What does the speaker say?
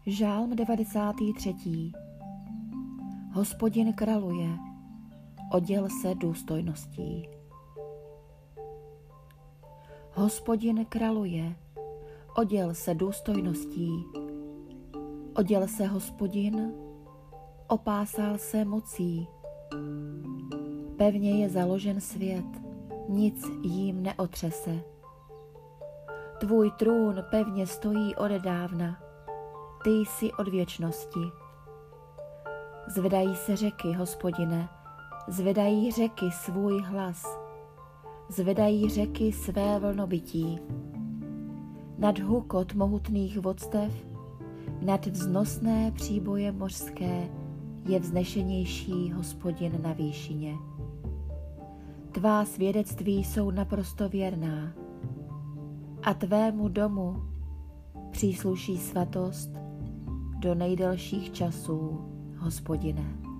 Žálm 93. Hospodin králuje, oděl se důstojností. Hospodin králuje, oděl se důstojností. Oděl se Hospodin, opásal se mocí. Pevně je založen svět, nic jím neotřese. Tvůj trůn pevně stojí odedávna, ty jsi od věčnosti. Zvedají se řeky, Hospodine, zvedají řeky svůj hlas, zvedají řeky své vlnobytí. Nad hukot mohutných vodstev, nad vznosné příboje mořské je vznešenější Hospodin na výšině. Tvá svědectví jsou naprosto věrná a tvému domu přísluší svatost do nejdelších časů, Hospodine.